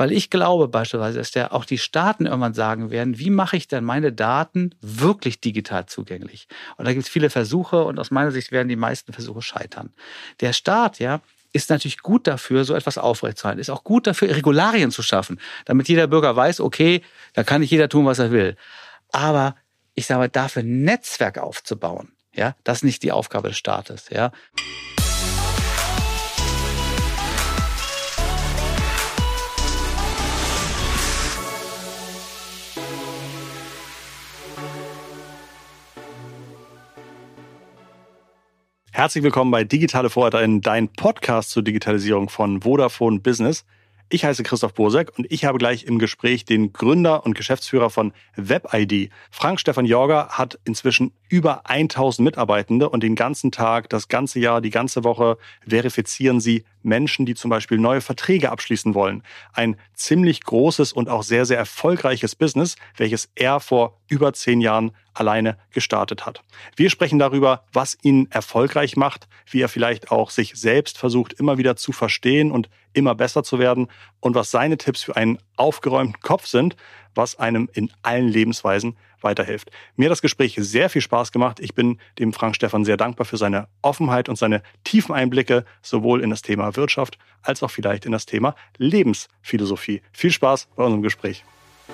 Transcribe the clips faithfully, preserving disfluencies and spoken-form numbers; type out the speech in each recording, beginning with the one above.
Weil ich glaube beispielsweise, dass der auch die Staaten irgendwann sagen werden, wie mache ich denn meine Daten wirklich digital zugänglich? Und da gibt es viele Versuche und aus meiner Sicht werden die meisten Versuche scheitern. Der Staat, ja, ist natürlich gut dafür, so etwas aufrechtzuerhalten. Ist auch gut dafür, Regularien zu schaffen, damit jeder Bürger weiß, okay, da kann nicht jeder tun, was er will. Aber ich sage mal, dafür ein Netzwerk aufzubauen, ja, das ist nicht die Aufgabe des Staates, ja. Herzlich willkommen bei Digitale VorreiterInnen, dein Podcast zur Digitalisierung von Vodafone Business. Ich heiße Christoph Bosek und ich habe gleich im Gespräch den Gründer und Geschäftsführer von WebID. Frank-Stefan Jorger hat inzwischen über tausend Mitarbeitende und den ganzen Tag, das ganze Jahr, die ganze Woche verifizieren sie Menschen, die zum Beispiel neue Verträge abschließen wollen. Ein ziemlich großes und auch sehr, sehr erfolgreiches Business, welches er vor über zehn Jahren alleine gestartet hat. Wir sprechen darüber, was ihn erfolgreich macht, wie er vielleicht auch sich selbst versucht, immer wieder zu verstehen und immer besser zu werden und was seine Tipps für einen aufgeräumten Kopf sind, was einem in allen Lebensweisen weiterhilft. Mir hat das Gespräch sehr viel Spaß gemacht. Ich bin dem Frank-Stefan sehr dankbar für seine Offenheit und seine tiefen Einblicke, sowohl in das Thema Wirtschaft als auch vielleicht in das Thema Lebensphilosophie. Viel Spaß bei unserem Gespräch.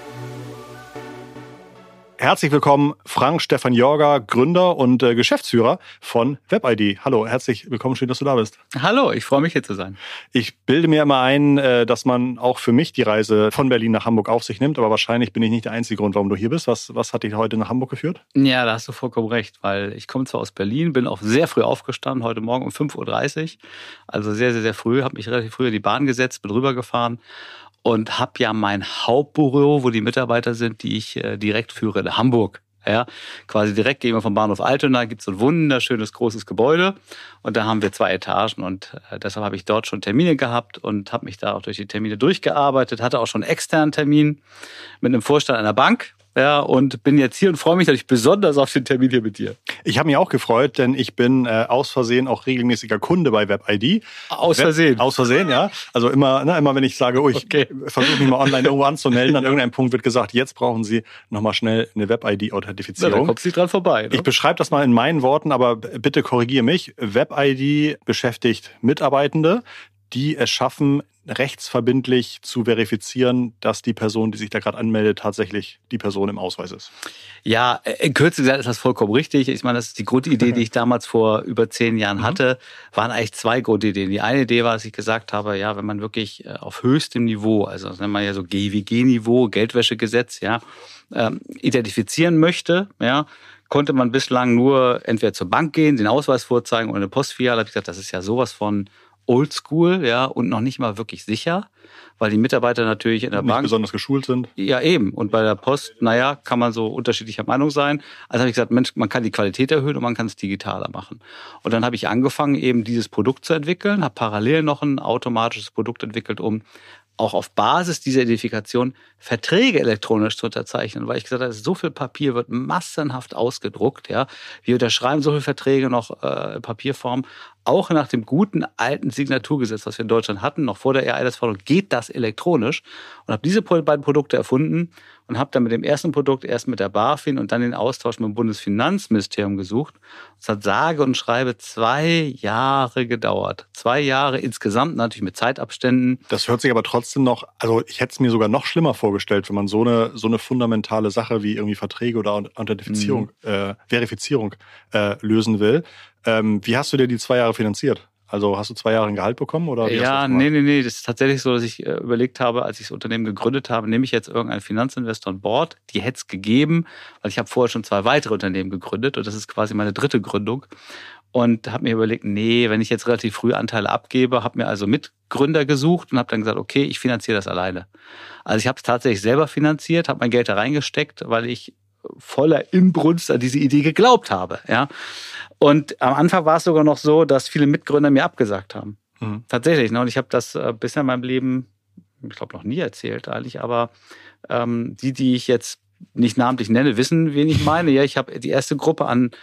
Herzlich willkommen, Frank-Stefan Jorger, Gründer und äh, Geschäftsführer von WebID. Hallo, herzlich willkommen, schön, dass du da bist. Hallo, ich freue mich, hier zu sein. Ich bilde mir immer ein, äh, dass man auch für mich die Reise von Berlin nach Hamburg auf sich nimmt, aber wahrscheinlich bin ich nicht der einzige Grund, warum du hier bist. Was, was hat dich heute nach Hamburg geführt? Ja, da hast du vollkommen recht, weil ich komme zwar aus Berlin, bin auch sehr früh aufgestanden, heute Morgen um fünf Uhr dreißig, also sehr, sehr, sehr früh, habe mich relativ früh in die Bahn gesetzt, bin rübergefahren. Und habe ja mein Hauptbüro, wo die Mitarbeiter sind, die ich äh, direkt führe, in Hamburg. Ja, quasi direkt gehen wir vom Bahnhof Altona, gibt es so ein wunderschönes großes Gebäude und da haben wir zwei Etagen und äh, deshalb habe ich dort schon Termine gehabt und habe mich da auch durch die Termine durchgearbeitet, hatte auch schon einen externen Termin mit einem Vorstand einer Bank. Ja, und bin jetzt hier und freue mich natürlich besonders auf den Termin hier mit dir. Ich habe mich auch gefreut, denn ich bin äh, aus Versehen auch regelmäßiger Kunde bei WebID. Aus Versehen? Web, aus Versehen, ja. Also immer, ne, immer wenn ich sage, oh, ich okay. versuche mich mal online irgendwo anzumelden, an irgendeinem Punkt wird gesagt, jetzt brauchen Sie nochmal schnell eine WebID-Authentifizierung. Ja, dann kommst du dran vorbei. Ne? Ich beschreibe das mal in meinen Worten, aber bitte korrigiere mich. WebID beschäftigt Mitarbeitende, die es schaffen, rechtsverbindlich zu verifizieren, dass die Person, die sich da gerade anmeldet, tatsächlich die Person im Ausweis ist. Ja, in Kürze gesagt ist das vollkommen richtig. Ich meine, das ist die Grundidee, die ich damals vor über zehn Jahren hatte, waren eigentlich zwei Grundideen. Die eine Idee war, dass ich gesagt habe, ja, wenn man wirklich auf höchstem Niveau, also das nennt man ja so G W G-Niveau, Geldwäschegesetz, ja, ähm, identifizieren möchte, ja, konnte man bislang nur entweder zur Bank gehen, den Ausweis vorzeigen oder eine Postfiliale. Da habe ich gesagt, das ist ja sowas von oldschool, ja, und noch nicht mal wirklich sicher, weil die Mitarbeiter natürlich in der nicht Bank besonders geschult sind. Ja, eben. Und bei der Post, naja, kann man so unterschiedlicher Meinung sein. Also habe ich gesagt, Mensch, man kann die Qualität erhöhen und man kann es digitaler machen. Und dann habe ich angefangen, eben dieses Produkt zu entwickeln, habe parallel noch ein automatisches Produkt entwickelt, um auch auf Basis dieser Identifikation Verträge elektronisch zu unterzeichnen, weil ich gesagt habe, so viel Papier wird massenhaft ausgedruckt. Ja, wir unterschreiben so viele Verträge noch äh, in Papierform. Auch nach dem guten alten Signaturgesetz, was wir in Deutschland hatten, noch vor der E Eidesforderung, geht das elektronisch. Und habe diese beiden Produkte erfunden und habe dann mit dem ersten Produkt erst mit der BaFin und dann den Austausch mit dem Bundesfinanzministerium gesucht. Es hat sage und schreibe zwei Jahre gedauert. Zwei Jahre insgesamt, natürlich mit Zeitabständen. Das hört sich aber trotzdem noch, also ich hätte es mir sogar noch schlimmer vorgestellt, wenn man so eine so eine fundamentale Sache wie irgendwie Verträge oder Authentifizierung, mhm. äh, Verifizierung äh, lösen will. Ähm, wie hast du dir die zwei Jahre finanziert? Also hast du zwei Jahre ein Gehalt bekommen? Oder wie ja, hast du das nee, nee, nee. Das ist tatsächlich so, dass ich äh, überlegt habe, als ich das Unternehmen gegründet habe, nehme ich jetzt irgendeinen Finanzinvestor an Bord. Die hätte es gegeben, weil ich habe vorher schon zwei weitere Unternehmen gegründet und das ist quasi meine dritte Gründung. Und habe mir überlegt, nee, wenn ich jetzt relativ früh Anteile abgebe, habe mir also Mitgründer gesucht und habe dann gesagt, okay, ich finanziere das alleine. Also ich habe es tatsächlich selber finanziert, habe mein Geld da reingesteckt, weil ich voller Inbrunst an diese Idee geglaubt habe. Ja. Und am Anfang war es sogar noch so, dass viele Mitgründer mir abgesagt haben. Mhm. Tatsächlich. Ne? Und ich habe das äh, bisher in meinem Leben, ich glaube, noch nie erzählt eigentlich, aber ähm, die, die ich jetzt nicht namentlich nenne, wissen, wen ich meine. Ja, ich habe die erste Gruppe an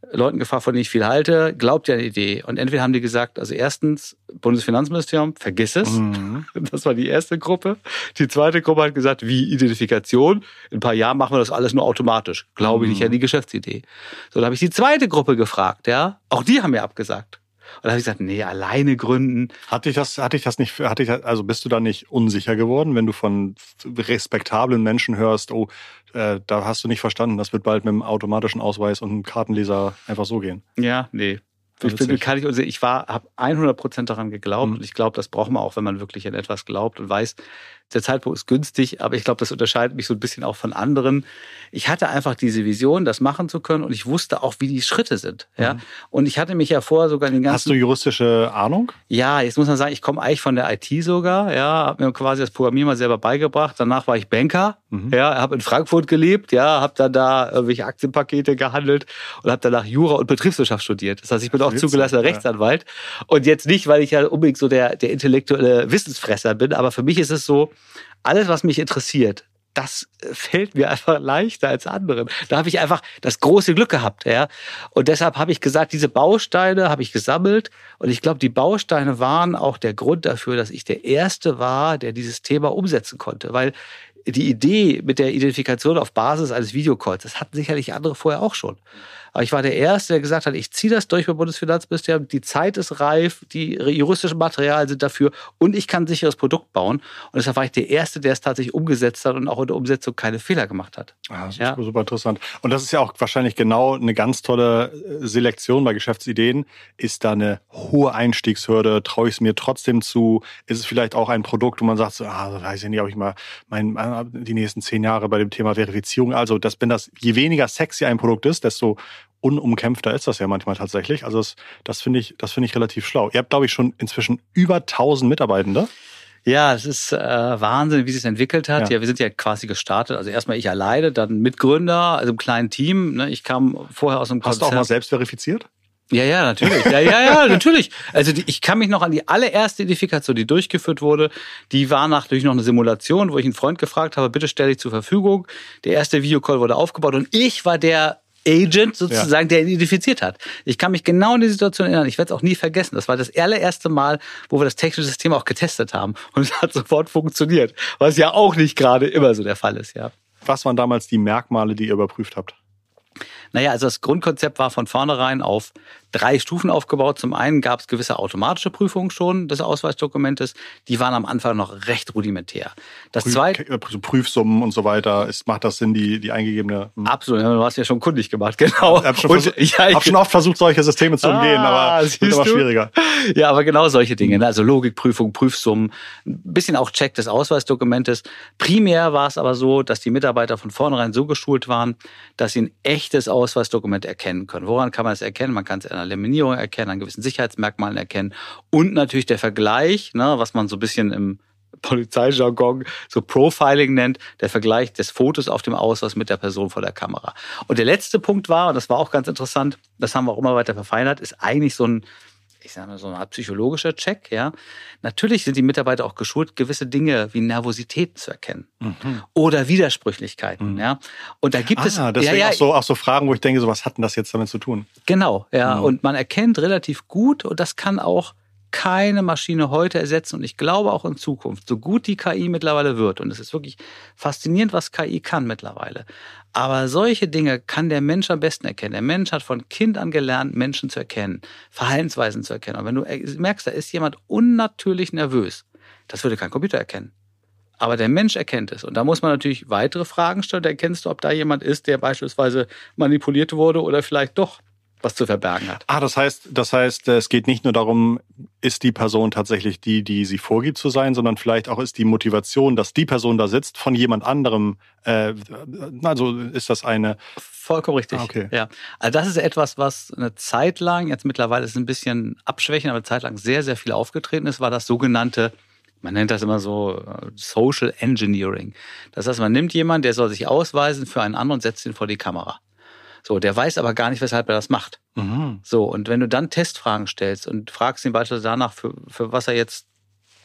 Leuten gefragt, von denen ich viel halte, glaubt ihr an die Idee? Und entweder haben die gesagt, also erstens, Bundesfinanzministerium, vergiss es. Mhm. Das war die erste Gruppe. Die zweite Gruppe hat gesagt, wie Identifikation? In ein paar Jahren machen wir das alles nur automatisch. Glaube ich nicht an die Geschäftsidee. So, dann habe ich die zweite Gruppe gefragt, ja. Auch die haben mir abgesagt. Und da habe ich gesagt, nee, alleine gründen. Hat dich das, hat dich das nicht, hat dich, also bist du da nicht unsicher geworden, wenn du von respektablen Menschen hörst, oh, äh, da hast du nicht verstanden, das wird bald mit dem automatischen Ausweis und einem Kartenleser einfach so gehen? Ja, nee. Ich bin, kann ich, ich war, habe hundert Prozent daran geglaubt mhm. und ich glaube, das braucht man auch, wenn man wirklich an etwas glaubt und weiß, der Zeitpunkt ist günstig, aber ich glaube, das unterscheidet mich so ein bisschen auch von anderen. Ich hatte einfach diese Vision, das machen zu können und ich wusste auch, wie die Schritte sind. Mhm. Ja? Und ich hatte mich ja vorher sogar den ganzen... Hast du juristische Ahnung? Ja, jetzt muss man sagen, ich komme eigentlich von der I T sogar, ja, habe mir quasi das Programmieren mal selber beigebracht. Danach war ich Banker, mhm. ja, habe in Frankfurt gelebt, ja, habe dann da irgendwelche Aktienpakete gehandelt und habe danach Jura und Betriebswirtschaft studiert. Das heißt, ich bin auch zugelassener ja. Rechtsanwalt und jetzt nicht, weil ich ja unbedingt so der, der intellektuelle Wissensfresser bin, aber für mich ist es so, alles, was mich interessiert, das fällt mir einfach leichter als anderen. Da habe ich einfach das große Glück gehabt, ja. Und deshalb habe ich gesagt, diese Bausteine habe ich gesammelt. Und ich glaube, die Bausteine waren auch der Grund dafür, dass ich der Erste war, der dieses Thema umsetzen konnte. Weil die Idee mit der Identifikation auf Basis eines Videocalls, das hatten sicherlich andere vorher auch schon. Aber ich war der Erste, der gesagt hat, ich ziehe das durch beim Bundesfinanzministerium, die Zeit ist reif, die juristischen Materialien sind dafür und ich kann ein sicheres Produkt bauen. Und deshalb war ich der Erste, der es tatsächlich umgesetzt hat und auch in der Umsetzung keine Fehler gemacht hat. Ah, das ist ja. super interessant. Und das ist ja auch wahrscheinlich genau eine ganz tolle Selektion bei Geschäftsideen. Ist da eine hohe Einstiegshürde? Traue ich es mir trotzdem zu? Ist es vielleicht auch ein Produkt, wo man sagt, so, ah, weiß ich nicht, ob ich mal mein, die nächsten zehn Jahre bei dem Thema Verifizierung, also das, wenn das, je weniger sexy ein Produkt ist, desto unumkämpfter ist das ja manchmal tatsächlich. Also das, das finde ich, das finde ich relativ schlau. Ihr habt, glaube ich, schon inzwischen über tausend Mitarbeitende. Ja, es ist äh, Wahnsinn, wie sich es entwickelt hat. Ja. ja, wir sind ja quasi gestartet. Also erstmal ich alleine, dann Mitgründer, also im kleinen Team. Ne? Ich kam vorher aus einem Konzern. Hast du auch mal selbst verifiziert? Ja, ja, natürlich. Ja, ja, ja, natürlich. Also die, ich kann mich noch an die allererste Identifikation, die durchgeführt wurde. Die war natürlich noch eine Simulation, wo ich einen Freund gefragt habe, bitte stell dich zur Verfügung. Der erste Videocall wurde aufgebaut und ich war der Agent sozusagen, ja. der ihn identifiziert hat. Ich kann mich genau an die Situation erinnern. Ich werde es auch nie vergessen. Das war das allererste Mal, wo wir das technische System auch getestet haben. Und es hat sofort funktioniert. Was ja auch nicht gerade immer so der Fall ist, ja. Was waren damals die Merkmale, die ihr überprüft habt? Naja, also das Grundkonzept war von vornherein auf drei Stufen aufgebaut. Zum einen gab es gewisse automatische Prüfungen schon des Ausweisdokumentes. Die waren am Anfang noch recht rudimentär. Das Prüf, zweite Prüfsummen und so weiter. Ist, macht das Sinn, die, die eingegebene? Hm. Absolut. Du hast ja schon kundig gemacht, genau. Ich habe schon, und, ja, hab schon oft versucht, solche Systeme zu umgehen, ah, aber es wird immer schwieriger. Ja, aber genau solche Dinge. Also Logikprüfung, Prüfsummen, ein bisschen auch Check des Ausweisdokumentes. Primär war es aber so, dass die Mitarbeiter von vornherein so geschult waren, dass sie ein echtes Ausweisdokument erkennen können. Woran kann man es erkennen? Man kann es an der Laminierung erkennen, an gewissen Sicherheitsmerkmalen erkennen und natürlich der Vergleich, ne, was man so ein bisschen im Polizeijargon so Profiling nennt, der Vergleich des Fotos auf dem Ausweis mit der Person vor der Kamera. Und der letzte Punkt war, und das war auch ganz interessant, das haben wir auch immer weiter verfeinert, ist eigentlich so ein ich sage mal, so eine Art psychologischer Check, ja. Natürlich sind die Mitarbeiter auch geschult, gewisse Dinge wie Nervositäten zu erkennen. Mhm. Oder Widersprüchlichkeiten, mhm. ja. Und da gibt ah, es... deswegen ja, ja, auch, so, auch so Fragen, wo ich denke, so was hat denn das jetzt damit zu tun? Genau, ja. Mhm. Und man erkennt relativ gut, und das kann auch keine Maschine heute ersetzen. Und ich glaube auch in Zukunft, so gut die K I mittlerweile wird, und es ist wirklich faszinierend, was K I kann mittlerweile, aber solche Dinge kann der Mensch am besten erkennen. Der Mensch hat von Kind an gelernt, Menschen zu erkennen, Verhaltensweisen zu erkennen. Und wenn du merkst, da ist jemand unnatürlich nervös, das würde kein Computer erkennen. Aber der Mensch erkennt es. Und da muss man natürlich weitere Fragen stellen. Da erkennst du, ob da jemand ist, der beispielsweise manipuliert wurde oder vielleicht doch was zu verbergen hat. Ah, das heißt, das heißt, es geht nicht nur darum, ist die Person tatsächlich die, die sie vorgibt zu sein, sondern vielleicht auch ist die Motivation, dass die Person da sitzt, von jemand anderem, äh, also ist das eine... Vollkommen richtig. Ah, okay. Ja. Also das ist etwas, was eine Zeit lang, jetzt mittlerweile ist es ein bisschen abschwächen, aber eine Zeit lang sehr, sehr viel aufgetreten ist, war das sogenannte, man nennt das immer so Social Engineering. Das heißt, man nimmt jemanden, der soll sich ausweisen für einen anderen und setzt ihn vor die Kamera. So, der weiß aber gar nicht, weshalb er das macht. Mhm. So, und wenn du dann Testfragen stellst und fragst ihn beispielsweise danach, für, für was er jetzt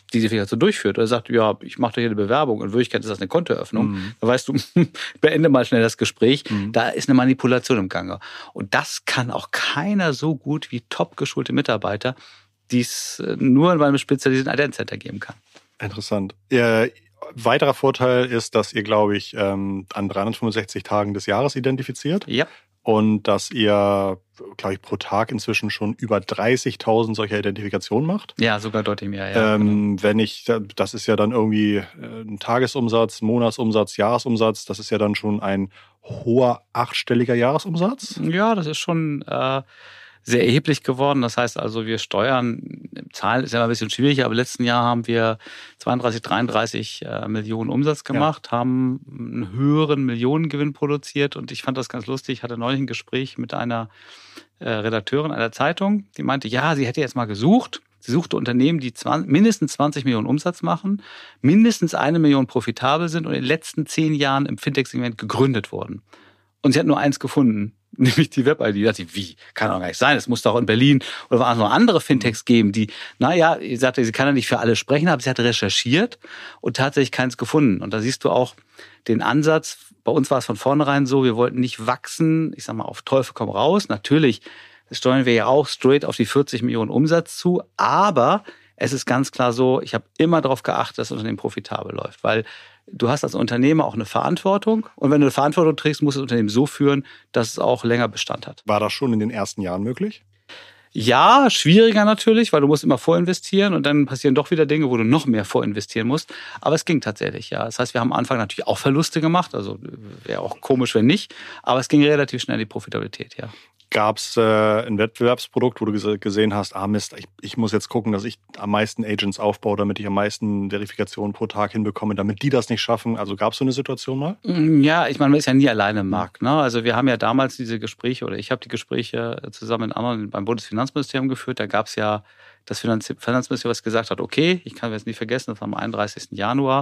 die Identifikation durchführt oder sagt, ja, ich mache doch hier eine Bewerbung, in Wirklichkeit ist das eine Kontoeröffnung, mhm. dann weißt du, beende mal schnell das Gespräch, mhm. da ist eine Manipulation im Gange. Und das kann auch keiner so gut wie top geschulte Mitarbeiter, die es nur in einem spezialisierten Ident-Center geben kann. Interessant. Ja, weiterer Vorteil ist, dass ihr, glaube ich, an dreihundertfünfundsechzig Tagen des Jahres identifiziert. Ja. Und dass ihr, glaube ich, pro Tag inzwischen schon über dreißigtausend solcher Identifikationen macht. Ja, sogar deutlich mehr. Ja, ähm, genau. Wenn ich, das ist ja dann irgendwie ein Tagesumsatz, Monatsumsatz, Jahresumsatz. Das ist ja dann schon ein hoher achtstelliger Jahresumsatz. Ja, das ist schon äh, sehr erheblich geworden. Das heißt also, wir steuern, Zahlen ist ja ein bisschen schwierig, aber letzten Jahr haben wir zweiunddreißig, dreiunddreißig äh, Millionen Umsatz gemacht, ja. haben einen höheren Millionengewinn produziert und ich fand das ganz lustig. Ich hatte neulich ein Gespräch mit einer äh, Redakteurin einer Zeitung, die meinte, ja, sie hätte jetzt mal gesucht. Sie suchte Unternehmen, die zwanzig, mindestens zwanzig Millionen Umsatz machen, mindestens eine Million profitabel sind und in den letzten zehn Jahren im Fintech-Segment gegründet wurden. Und sie hat nur eins gefunden, nämlich die Web-I D. Da dachte ich, wie? Kann doch gar nicht sein. Es muss doch in Berlin oder noch andere Fintechs geben, die, naja, sie sagte, sie kann ja nicht für alle sprechen, aber sie hat recherchiert und tatsächlich keins gefunden. Und da siehst du auch den Ansatz. Bei uns war es von vornherein so, wir wollten nicht wachsen, ich sag mal, auf Teufel komm raus. Natürlich steuern wir ja auch straight auf die vierzig Millionen Umsatz zu, aber es ist ganz klar so, ich habe immer darauf geachtet, dass das Unternehmen profitabel läuft, weil du hast als Unternehmer auch eine Verantwortung und wenn du eine Verantwortung trägst, musst du das Unternehmen so führen, dass es auch länger Bestand hat. War das schon in den ersten Jahren möglich? Ja, schwieriger natürlich, weil du musst immer vorinvestieren und dann passieren doch wieder Dinge, wo du noch mehr vorinvestieren musst. Aber es ging tatsächlich, ja. Das heißt, wir haben am Anfang natürlich auch Verluste gemacht, also wäre auch komisch, wenn nicht, aber es ging relativ schnell in die Profitabilität, ja. Gab es äh, ein Wettbewerbsprodukt, wo du gese- gesehen hast, ah Mist, ich, ich muss jetzt gucken, dass ich am meisten Agents aufbaue, damit ich am meisten Verifikationen pro Tag hinbekomme, damit die das nicht schaffen? Also gab es so eine Situation mal? Ja, ich meine, man ist ja nie alleine im Markt. Ne? Also wir haben ja damals diese Gespräche, oder ich habe die Gespräche zusammen mit anderen beim Bundesfinanzministerium geführt. Da gab es ja das Finanz- Finanzministerium, was gesagt hat, okay, ich kann das nie vergessen, das war am einunddreißigsten Januar.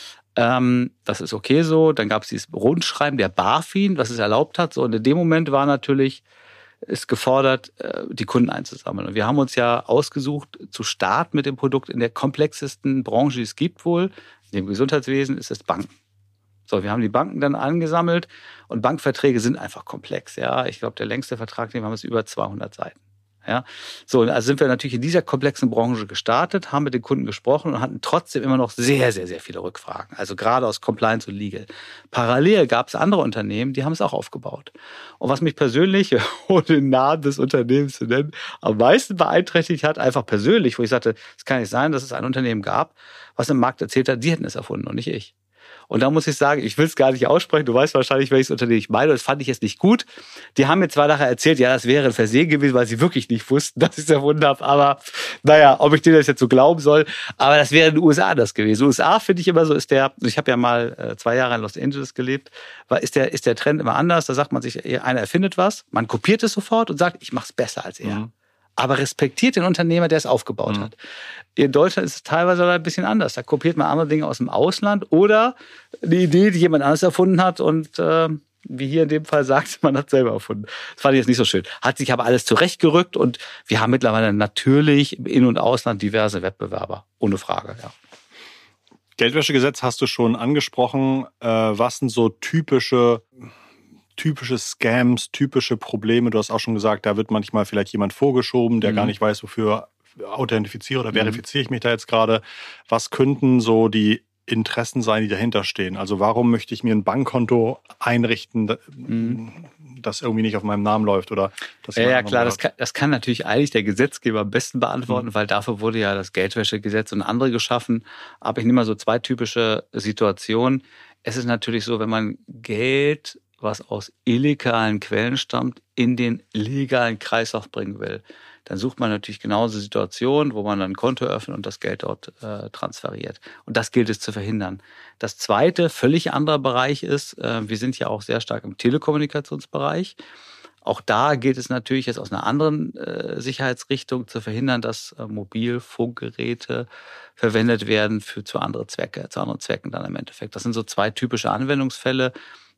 Ähm, das ist okay so. Dann gab es dieses Rundschreiben der BaFin, was es erlaubt hat. So, und in dem Moment war natürlich ist gefordert, die Kunden einzusammeln. Und wir haben uns ja ausgesucht, zu starten mit dem Produkt in der komplexesten Branche, die es gibt wohl. Im Gesundheitswesen ist es Banken. So, wir haben die Banken dann angesammelt und Bankverträge sind einfach komplex. Ja, ich glaube, der längste Vertrag, den wir haben, ist über zweihundert Seiten. Ja, so, also sind wir natürlich in dieser komplexen Branche gestartet, haben mit den Kunden gesprochen und hatten trotzdem immer noch sehr, sehr, sehr viele Rückfragen. Also gerade aus Compliance und Legal. Parallel gab es andere Unternehmen, die haben es auch aufgebaut. Und was mich persönlich, ohne den Namen des Unternehmens zu nennen, am meisten beeinträchtigt hat, einfach persönlich, wo ich sagte, es kann nicht sein, dass es ein Unternehmen gab, was im Markt erzählt hat, sie hätten es erfunden und nicht ich. Und da muss ich sagen, ich will es gar nicht aussprechen, du weißt wahrscheinlich, welches Unternehmen ich meine, das fand ich jetzt nicht gut. Die haben mir zwar nachher erzählt, ja, das wäre ein Versehen gewesen, weil sie wirklich nicht wussten, dass ich es erfunden habe, aber naja, ob ich denen das jetzt so glauben soll, aber das wäre in den U S A das gewesen. U S A finde ich immer so, ist der, ich habe ja mal zwei Jahre in Los Angeles gelebt, war, ist der, ist der Trend immer anders, da sagt man sich, einer erfindet was, man kopiert es sofort und sagt, ich mache es besser als er. Mhm. Aber respektiert den Unternehmer, der es aufgebaut mhm. hat. In Deutschland ist es teilweise ein bisschen anders. Da kopiert man andere Dinge aus dem Ausland oder eine Idee, die jemand anderes erfunden hat und äh, wie hier in dem Fall sagt, man hat es selber erfunden. Das fand ich jetzt nicht so schön. Hat sich aber alles zurechtgerückt und wir haben mittlerweile natürlich im In- und Ausland diverse Wettbewerber. Ohne Frage, ja. Geldwäschegesetz hast du schon angesprochen. Äh, was sind so typische... typische Scams, typische Probleme. Du hast auch schon gesagt, da wird manchmal vielleicht jemand vorgeschoben, der mhm. gar nicht weiß, wofür authentifiziere oder verifiziere ich mich da jetzt gerade. Was könnten so die Interessen sein, die dahinter stehen? Also warum möchte ich mir ein Bankkonto einrichten, mhm. das irgendwie nicht auf meinem Namen läuft? Oder das ja, ja, klar, das kann, das kann natürlich eigentlich der Gesetzgeber am besten beantworten, mhm. weil dafür wurde ja das Geldwäschegesetz und andere geschaffen. Aber ich nehme mal so zwei typische Situationen. Es ist natürlich so, wenn man Geld, was aus illegalen Quellen stammt, in den legalen Kreislauf bringen will, dann sucht man natürlich genauso Situationen, wo man dann ein Konto öffnet und das Geld dort äh, transferiert. Und das gilt es zu verhindern. Das zweite, völlig anderer Bereich ist, äh, wir sind ja auch sehr stark im Telekommunikationsbereich. Auch da gilt es natürlich jetzt aus einer anderen äh, Sicherheitsrichtung zu verhindern, dass äh, Mobilfunkgeräte verwendet werden für zu andere Zwecke, zu anderen Zwecken dann im Endeffekt. Das sind so zwei typische Anwendungsfälle,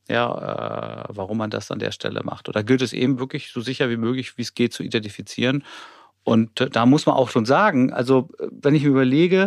ja, äh, warum man das an der Stelle macht. Oder gilt es eben wirklich so sicher wie möglich, wie es geht, zu identifizieren. Und äh, da muss man auch schon sagen, also wenn ich mir überlege,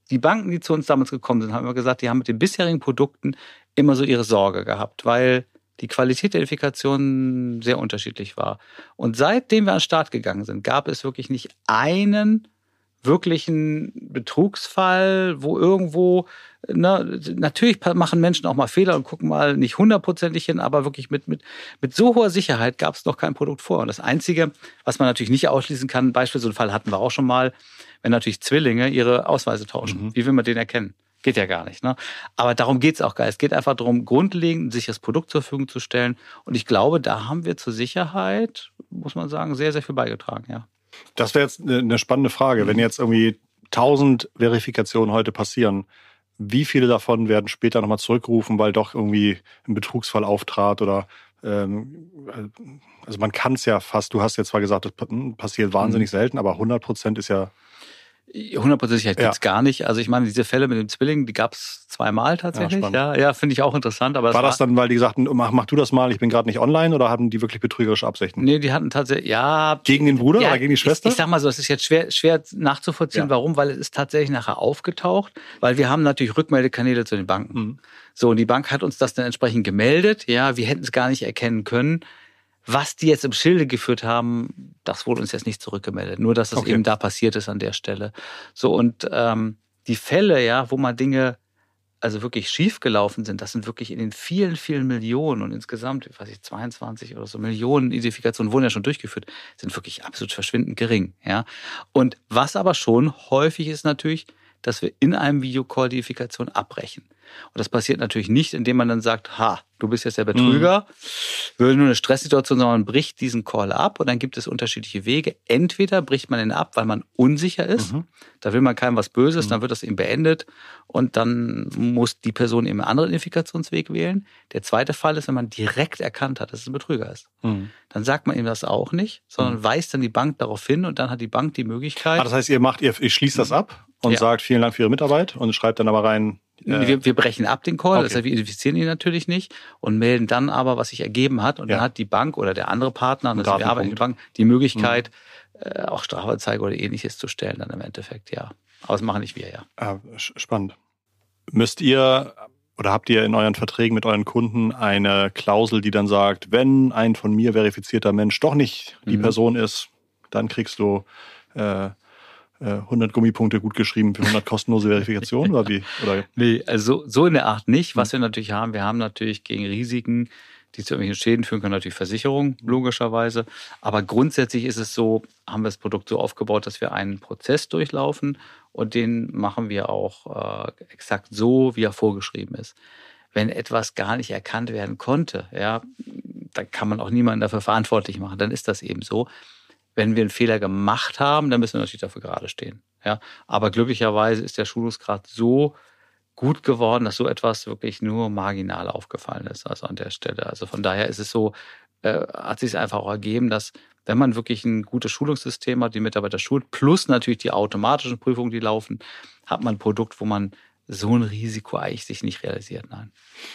die Banken, die zu uns damals gekommen sind, haben immer gesagt, die haben mit den bisherigen Produkten immer so ihre Sorge gehabt, weil die Qualität der Identifikation sehr unterschiedlich war. Und seitdem wir an den Start gegangen sind, gab es wirklich nicht einen wirklichen Betrugsfall, wo irgendwo, ne, natürlich machen Menschen auch mal Fehler und gucken mal nicht hundertprozentig hin, aber wirklich mit, mit, mit so hoher Sicherheit gab es noch kein Produkt vor. Und das Einzige, was man natürlich nicht ausschließen kann, beispielsweise so einen Fall hatten wir auch schon mal, wenn natürlich Zwillinge ihre Ausweise tauschen. Mhm. Wie will man den erkennen? Geht ja gar nicht. Ne? Aber darum geht's auch gar nicht. Es geht einfach darum, grundlegend ein sicheres Produkt zur Verfügung zu stellen. Und ich glaube, da haben wir zur Sicherheit, muss man sagen, sehr, sehr viel beigetragen, ja. Das wäre jetzt eine spannende Frage. Wenn jetzt irgendwie tausend Verifikationen heute passieren, wie viele davon werden später nochmal zurückgerufen, weil doch irgendwie ein Betrugsfall auftrat oder ähm, also man kann es ja fast, du hast ja zwar gesagt, das passiert wahnsinnig mhm. selten, aber hundert Prozent ist ja hundert Prozent Sicherheit gibt's ja. gar nicht. Also ich meine, diese Fälle mit dem Zwilling, die gab's zweimal tatsächlich. Ja, ja, ja finde ich auch interessant. Aber war das, war, dann, weil die sagten, mach, mach du das mal, ich bin gerade nicht online, oder hatten die wirklich betrügerische Absichten? Nee, die hatten tatsächlich, ja. Gegen den Bruder ja, oder gegen die Schwester? Ich, ich sag mal so, es ist jetzt schwer, schwer nachzuvollziehen. Ja. Warum? Weil es ist tatsächlich nachher aufgetaucht, weil wir haben natürlich Rückmeldekanäle zu den Banken. Mhm. So, und die Bank hat uns das dann entsprechend gemeldet. Ja, wir hätten es gar nicht erkennen können. Was die jetzt im Schilde geführt haben, das wurde uns jetzt nicht zurückgemeldet. Nur, dass es okay. eben da passiert ist an der Stelle. So, und ähm, die Fälle, ja, wo mal Dinge also wirklich schief gelaufen sind, das sind wirklich in den vielen, vielen Millionen und insgesamt, weiß ich, zweiundzwanzig oder so Millionen Identifikationen wurden ja schon durchgeführt, sind wirklich absolut verschwindend gering. Ja. Und was aber schon häufig ist natürlich, dass wir in einem Videocall die Identifikation abbrechen. Und das passiert natürlich nicht, indem man dann sagt, ha, du bist jetzt der Betrüger, mhm. würde nur eine Stresssituation, sondern man bricht diesen Call ab und dann gibt es unterschiedliche Wege. Entweder bricht man ihn ab, weil man unsicher ist, mhm. da will man keinem was Böses, mhm. dann wird das eben beendet und dann muss die Person eben einen anderen Identifikationsweg wählen. Der zweite Fall ist, wenn man direkt erkannt hat, dass es ein Betrüger ist. Mhm. Dann sagt man ihm das auch nicht, sondern mhm. weist dann die Bank darauf hin und dann hat die Bank die Möglichkeit. Ah, das heißt, ihr macht, ihr, ihr schließt das ab und ja. sagt, vielen Dank für Ihre Mitarbeit und schreibt dann aber rein, Wir, wir brechen ab den Call, okay. das heißt, wir identifizieren ihn natürlich nicht und melden dann aber, was sich ergeben hat. Und ja. dann hat die Bank oder der andere Partner, also wir arbeiten mit der Bank, die Möglichkeit, mhm. äh, auch Strafanzeige oder Ähnliches zu stellen dann im Endeffekt, ja. Aber das machen nicht wir, ja. Ah, spannend. Müsst ihr oder habt ihr in euren Verträgen mit euren Kunden eine Klausel, die dann sagt, wenn ein von mir verifizierter Mensch doch nicht die mhm. Person ist, dann kriegst du äh, hundert Gummipunkte gut geschrieben für hundert kostenlose Verifikationen oder wie? Oder? Nee, also so in der Art nicht. Was mhm. wir natürlich haben, wir haben natürlich gegen Risiken, die zu irgendwelchen Schäden führen können, natürlich Versicherungen, logischerweise. Aber grundsätzlich ist es so, haben wir das Produkt so aufgebaut, dass wir einen Prozess durchlaufen und den machen wir auch äh, exakt so, wie er vorgeschrieben ist. Wenn etwas gar nicht erkannt werden konnte, ja, dann kann man auch niemanden dafür verantwortlich machen. Dann ist das eben so. Wenn wir einen Fehler gemacht haben, dann müssen wir natürlich dafür gerade stehen. Ja, aber glücklicherweise ist der Schulungsgrad so gut geworden, dass so etwas wirklich nur marginal aufgefallen ist, also an der Stelle. Also von daher ist es so, äh, hat sich es einfach auch ergeben, dass wenn man wirklich ein gutes Schulungssystem hat, die Mitarbeiter schult, plus natürlich die automatischen Prüfungen, die laufen, hat man ein Produkt, wo man so ein Risiko eigentlich sich nicht realisiert. Nein.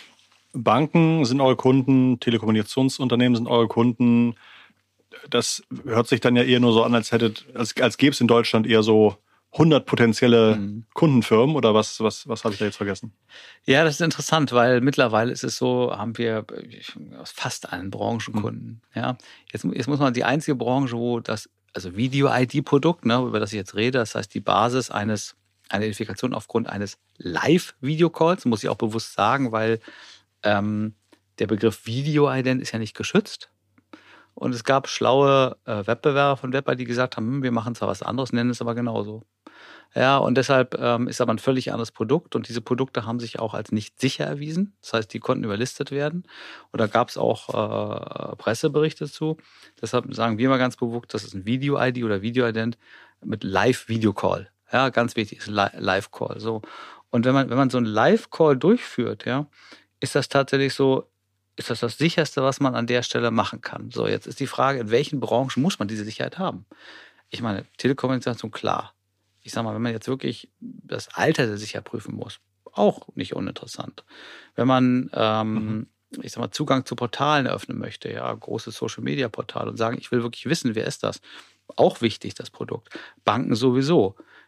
Banken sind eure Kunden, Telekommunikationsunternehmen sind eure Kunden. Das hört sich dann ja eher nur so an, als hättet, als, als gäbe es in Deutschland eher so hundert potenzielle mhm. Kundenfirmen, oder was, was, was habe ich da jetzt vergessen? Ja, das ist interessant, weil mittlerweile ist es so, haben wir aus fast allen Branchen Kunden. Mhm. Ja, jetzt, jetzt muss man die einzige Branche, wo das, also Video-I D-Produkt, ne, über das ich jetzt rede, das heißt die Basis eines, einer Identifikation aufgrund eines Live-Video-Calls, muss ich auch bewusst sagen, weil ähm, der Begriff Video-Ident ist ja nicht geschützt. Und es gab schlaue äh, Wettbewerber von WebID, die gesagt haben, hm, wir machen zwar was anderes, nennen es aber genauso. Ja, und deshalb ähm, ist aber ein völlig anderes Produkt. Und diese Produkte haben sich auch als nicht sicher erwiesen. Das heißt, die konnten überlistet werden. Und da gab es auch äh, Presseberichte zu. Deshalb sagen wir mal ganz bewusst, das ist ein Video-I D oder Video-Ident mit Live-Video-Call. Ja, ganz wichtig ist Live-Call. So. Und wenn man, wenn man so einen Live-Call durchführt, ja, ist das tatsächlich so, ist das das Sicherste, was man an der Stelle machen kann. So, jetzt ist die Frage, in welchen Branchen muss man diese Sicherheit haben? Ich meine, Telekommunikation, klar. Ich sag mal, wenn man jetzt wirklich das Alter der Sicherheit prüfen muss, auch nicht uninteressant. Wenn man, ähm, mhm. ich sag mal, Zugang zu Portalen eröffnen möchte, ja, große Social-Media-Portale und sagen, ich will wirklich wissen, wer ist das? Auch wichtig, das Produkt. Banken sowieso.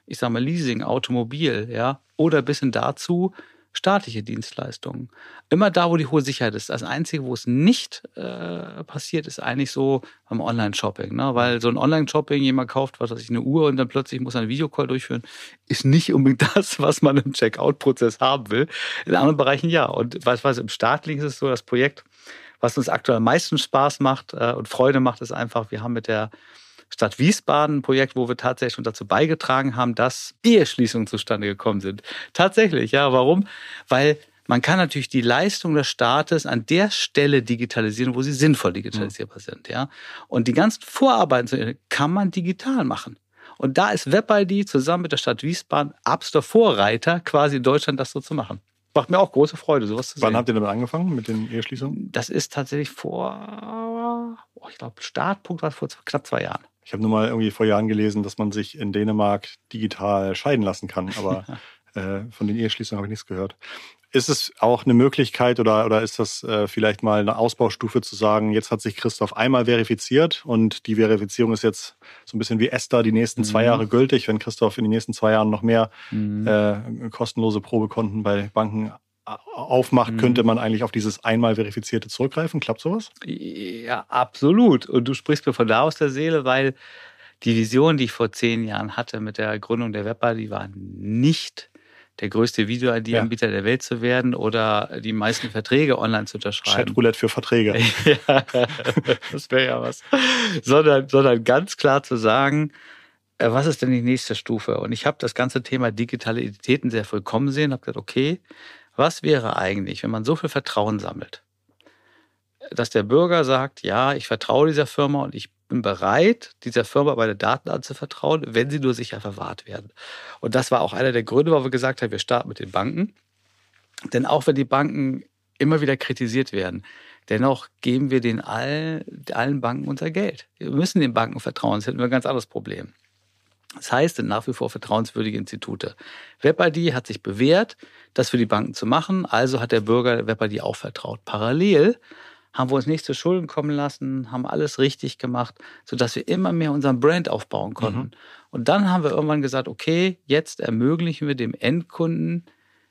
ich sage mal Leasing, Automobil, ja, oder bis hin dazu staatliche Dienstleistungen. Immer da, wo die hohe Sicherheit ist. Das Einzige, wo es nicht äh, passiert, ist eigentlich so beim Online-Shopping. Ne? Weil so ein Online-Shopping, jemand kauft, was weiß ich, eine Uhr und dann plötzlich muss er einen Videocall durchführen, ist nicht unbedingt das, was man im Checkout-Prozess haben will. In anderen Bereichen ja. Und was weiß, im Staatlichen ist es so, das Projekt, was uns aktuell am meisten Spaß macht äh, und Freude macht, ist einfach, wir haben mit der Stadt Wiesbaden ein Projekt, wo wir tatsächlich schon dazu beigetragen haben, dass Eheschließungen zustande gekommen sind. Tatsächlich, ja. Warum? Weil man kann natürlich die Leistung des Staates an der Stelle digitalisieren, wo sie sinnvoll digitalisierbar mhm. sind, ja. Und die ganzen Vorarbeiten kann man digital machen. Und da ist WebID zusammen mit der Stadt Wiesbaden absoluter Vorreiter, quasi in Deutschland das so zu machen. Macht mir auch große Freude, sowas zu sehen. Wann habt ihr damit angefangen, mit den Eheschließungen? Das ist tatsächlich vor, oh, ich glaube, Startpunkt war vor knapp zwei Jahren. Ich habe nur mal irgendwie vor Jahren gelesen, dass man sich in Dänemark digital scheiden lassen kann, aber äh, von den Eheschließungen habe ich nichts gehört. Ist es auch eine Möglichkeit oder, oder ist das äh, vielleicht mal eine Ausbaustufe zu sagen, jetzt hat sich Christoph einmal verifiziert und die Verifizierung ist jetzt so ein bisschen wie Esther die nächsten mhm. zwei Jahre gültig, wenn Christoph in den nächsten zwei Jahren noch mehr mhm. äh, kostenlose Probekonten bei Banken aufmacht, mhm. könnte man eigentlich auf dieses einmal Verifizierte zurückgreifen? Klappt sowas? Ja, absolut. Und du sprichst mir von da aus der Seele, weil die Vision, die ich vor zehn Jahren hatte mit der Gründung der WebID, die war nicht der größte Video-I D-Anbieter ja. der Welt zu werden oder die meisten Verträge online zu unterschreiben. Chatroulette für Verträge. Ja, das wäre ja was. Sondern, sondern ganz klar zu sagen, was ist denn die nächste Stufe? Und ich habe das ganze Thema digitale Identitäten sehr früh kommen sehen und habe gesagt, okay, was wäre eigentlich, wenn man so viel Vertrauen sammelt, dass der Bürger sagt, ja, ich vertraue dieser Firma und ich bin bereit, dieser Firma meine Daten anzuvertrauen, wenn sie nur sicher verwahrt werden. Und das war auch einer der Gründe, warum wir gesagt haben, wir starten mit den Banken. Denn auch wenn die Banken immer wieder kritisiert werden, dennoch geben wir den all, allen Banken unser Geld. Wir müssen den Banken vertrauen, das hätten wir ein ganz anderes Problem. Das heißt, sind nach wie vor vertrauenswürdige Institute. WebID hat sich bewährt, das für die Banken zu machen, also hat der Bürger WebID auch vertraut. Parallel haben wir uns nicht zu Schulden kommen lassen, haben alles richtig gemacht, sodass wir immer mehr unseren Brand aufbauen konnten. Mhm. Und dann haben wir irgendwann gesagt, okay, jetzt ermöglichen wir dem Endkunden,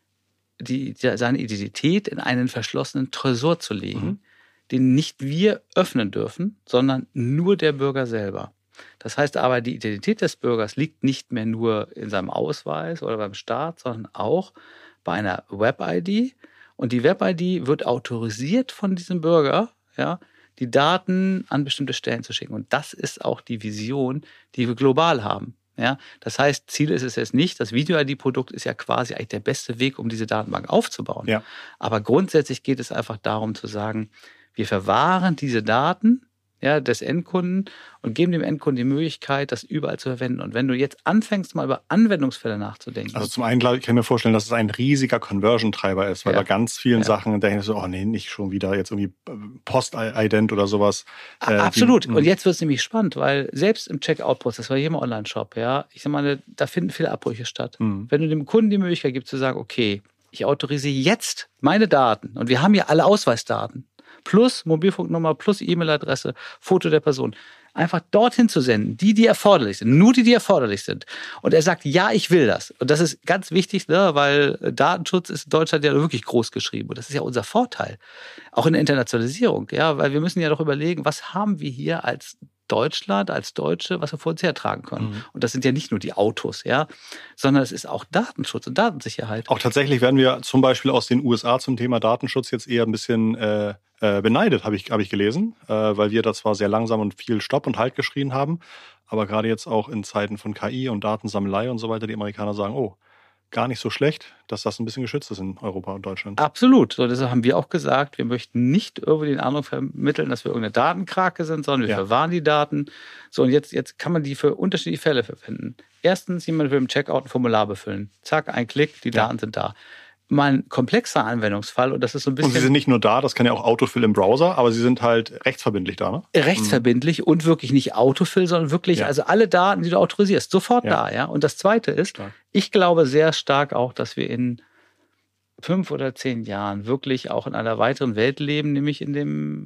die, die, seine Identität in einen verschlossenen Tresor zu legen, mhm. den nicht wir öffnen dürfen, sondern nur der Bürger selber. Das heißt aber, die Identität des Bürgers liegt nicht mehr nur in seinem Ausweis oder beim Staat, sondern auch bei einer WebID. Und die WebID wird autorisiert von diesem Bürger, ja, die Daten an bestimmte Stellen zu schicken. Und das ist auch die Vision, die wir global haben. Ja, das heißt, Ziel ist es jetzt nicht, das Video-I D-Produkt ist ja quasi eigentlich der beste Weg, um diese Datenbank aufzubauen. Ja. Aber grundsätzlich geht es einfach darum zu sagen, wir verwahren diese Daten, ja, des Endkunden und geben dem Endkunden die Möglichkeit, das überall zu verwenden. Und wenn du jetzt anfängst, mal über Anwendungsfälle nachzudenken. Also zum einen, glaube ich, kann ich mir vorstellen, dass es ein riesiger Conversion-Treiber ist, weil ja. bei ganz vielen ja. Sachen denke ich so, oh nee, nicht schon wieder jetzt irgendwie Post-Ident oder sowas. Äh, Absolut. Die, und jetzt wird es nämlich spannend, weil selbst im Checkout-Prozess, bei jedem Online-Shop, ja, ich sag mal, da finden viele Abbrüche statt. Mhm. Wenn du dem Kunden die Möglichkeit gibst, zu sagen, okay, ich autorisiere jetzt meine Daten und wir haben ja alle Ausweisdaten, plus Mobilfunknummer, plus E-Mail-Adresse, Foto der Person, einfach dorthin zu senden, die, die erforderlich sind, nur die, die erforderlich sind. Und er sagt, ja, ich will das. Und das ist ganz wichtig, ne, weil Datenschutz ist in Deutschland ja wirklich groß geschrieben. Und das ist ja unser Vorteil, auch in der Internationalisierung. Ja, weil wir müssen ja doch überlegen, was haben wir hier als Deutschland, als Deutsche, was wir vor uns hertragen können. Mhm. Und das sind ja nicht nur die Autos, ja, sondern es ist auch Datenschutz und Datensicherheit. Auch tatsächlich werden wir zum Beispiel aus den U S A zum Thema Datenschutz jetzt eher ein bisschen äh, äh, beneidet, habe ich, hab ich gelesen, äh, weil wir da zwar sehr langsam und viel Stopp und Halt geschrien haben, aber gerade jetzt auch in Zeiten von K I und Datensammelei und so weiter, die Amerikaner sagen, oh, gar nicht so schlecht, dass das ein bisschen geschützt ist in Europa und Deutschland. Absolut. So, deshalb haben wir auch gesagt, wir möchten nicht irgendwie den Eindruck vermitteln, dass wir irgendeine Datenkrake sind, sondern wir ja. verwahren die Daten. So, und jetzt, jetzt kann man die für unterschiedliche Fälle verwenden. Erstens, jemand will im Checkout ein Formular befüllen. Zack, ein Klick, die ja. Daten sind da. Mal ein komplexer Anwendungsfall und das ist so ein bisschen... Und sie sind nicht nur da, das kann ja auch Autofill im Browser, aber sie sind halt rechtsverbindlich da, ne? Rechtsverbindlich mhm. und wirklich nicht Autofill, sondern wirklich, ja. also alle Daten, die du autorisierst, sofort ja. da, ja. Und das Zweite ist, stark. Ich glaube sehr stark auch, dass wir in fünf oder zehn Jahren wirklich auch in einer weiteren Welt leben, nämlich in dem